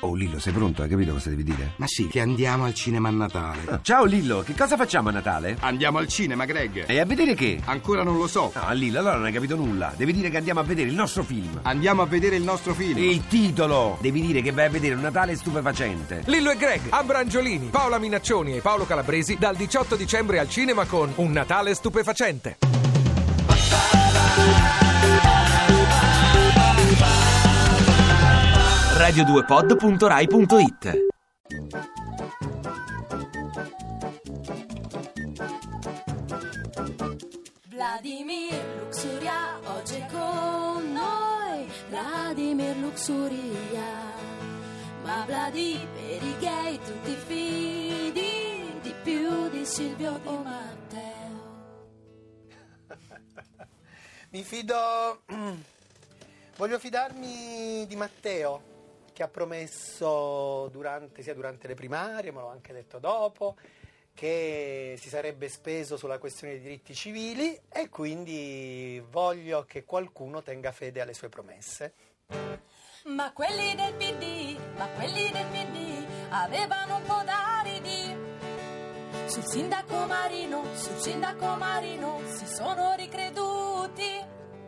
Oh Lillo, sei pronto? Hai capito cosa devi dire? Ma sì, che andiamo al cinema a Natale. Ciao Lillo, che cosa facciamo a Natale? Andiamo al cinema, Greg. E a vedere che? Ancora non lo so. No, Lillo, allora non hai capito nulla. Devi dire che andiamo a vedere il nostro film. Andiamo a vedere il nostro film. Il titolo! Devi dire che vai a vedere un Natale stupefacente. Lillo e Greg, Ambra Angiolini, Paola Minaccioni e Paolo Calabresi dal 18 dicembre al cinema con Un Natale stupefacente. radio2pod.rai.it. Vladimir Luxuria oggi è con noi, Vladimir Luxuria. Ma Vladi per i gay tu ti fidi di più di Silvio o Matteo? Mi fido. Voglio fidarmi di Matteo, che ha promesso sia durante le primarie, ma l'ho anche detto dopo, che si sarebbe speso sulla questione dei diritti civili, e quindi voglio che qualcuno tenga fede alle sue promesse. Ma quelli del PD avevano un po' d'aridi. Sul sindaco Marino si sono ricreduti.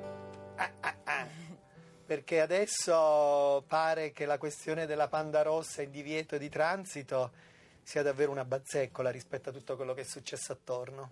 Perché adesso pare che la questione della Panda Rossa e il divieto di transito sia davvero una bazzeccola rispetto a tutto quello che è successo attorno.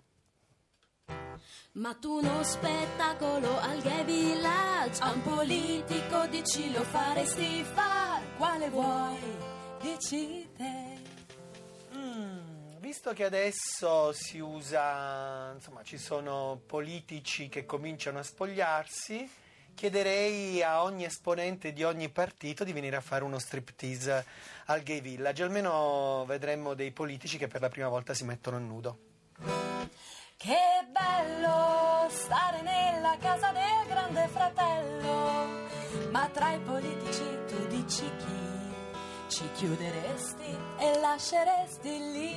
Ma tu uno spettacolo al Gay Village a un politico dici lo faresti far, quale vuoi? Dici te. Visto che adesso si usa, insomma, ci sono politici che cominciano a spogliarsi, chiederei a ogni esponente di ogni partito di venire a fare uno striptease al Gay Village. Almeno vedremmo dei politici che per la prima volta si mettono a nudo. Che bello stare nella casa del grande fratello. Ma tra i politici tu dici chi ci chiuderesti e lasceresti lì?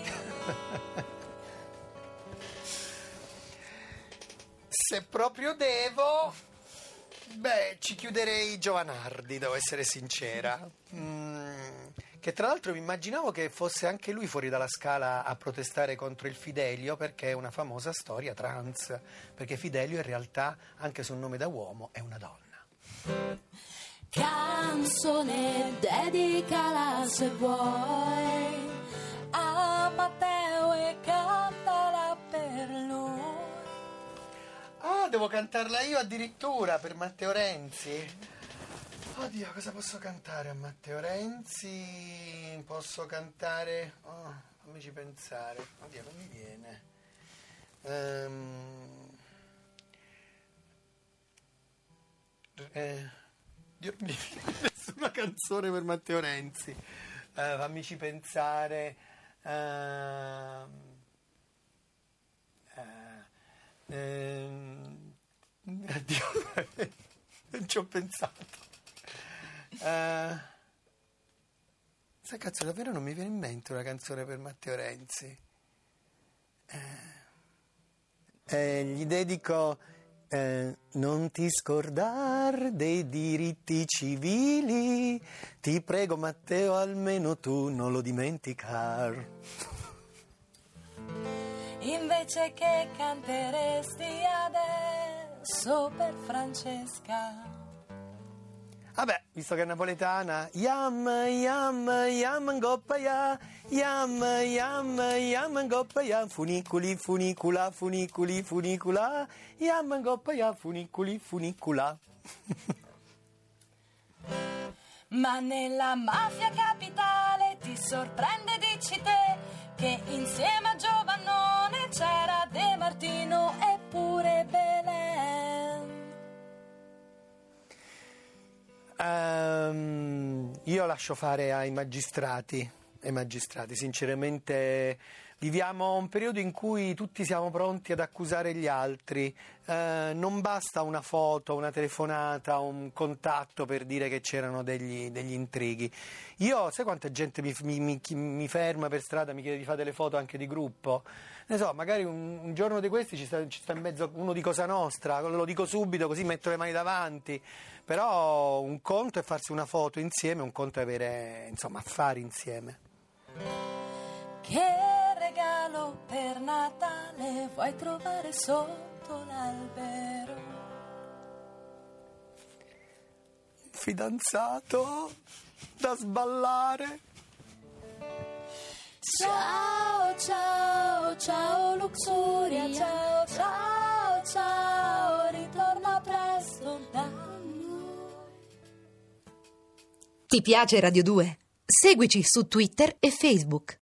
Se proprio devo, ci chiuderei Giovanardi, devo essere sincera. Che tra l'altro mi immaginavo che fosse anche lui fuori dalla Scala a protestare contro il Fidelio, perché è una famosa storia trans, perché Fidelio in realtà, anche se un nome da uomo, è una donna. Canzone dedicala se vuoi a Matteo e cantala per lui. Ah, devo cantarla io addirittura per Matteo Renzi? Oddio, cosa posso cantare a Matteo Renzi? Posso cantare... fammici pensare. Oddio, non mi viene. Dio, non mi viene nessuna canzone per Matteo Renzi. Fammici pensare. Oddio, non ci ho pensato. Sai, cazzo, davvero non mi viene in mente una canzone per Matteo Renzi. Gli dedico non ti scordar dei diritti civili, ti prego Matteo, almeno tu non lo dimenticar. Invece che canteresti adesso per Francesca? Vabbè, visto che è napoletana, yam, yam, yam, ngoppaya, yam, yam, yam, ngoppaya, funiculi, funicula, funiculi, funicula, yam, ngoppaya, funiculi, funicula. Ma nella mafia capitale ti sorprende, dici te, che insieme a Giovannone c'era De Martino e pure Belen. Io lascio fare ai magistrati, sinceramente Viviamo un periodo in cui tutti siamo pronti ad accusare gli altri. Non basta una foto, una telefonata, un contatto per dire che c'erano degli intrighi. Io, sai quanta gente mi ferma per strada, mi chiede di fare delle foto anche di gruppo? Ne so, magari un giorno di questi ci sta in mezzo uno di Cosa Nostra, lo dico subito così metto le mani davanti. Però un conto è farsi una foto insieme, un conto è avere, insomma, affari insieme. Che regalo per Natale vuoi trovare sotto l'albero? Un fidanzato da sballare. Ciao, ciao, ciao Luxuria, ciao, ciao, ciao, ritorna presto da noi. Ti piace Radio 2? Seguici su Twitter e Facebook.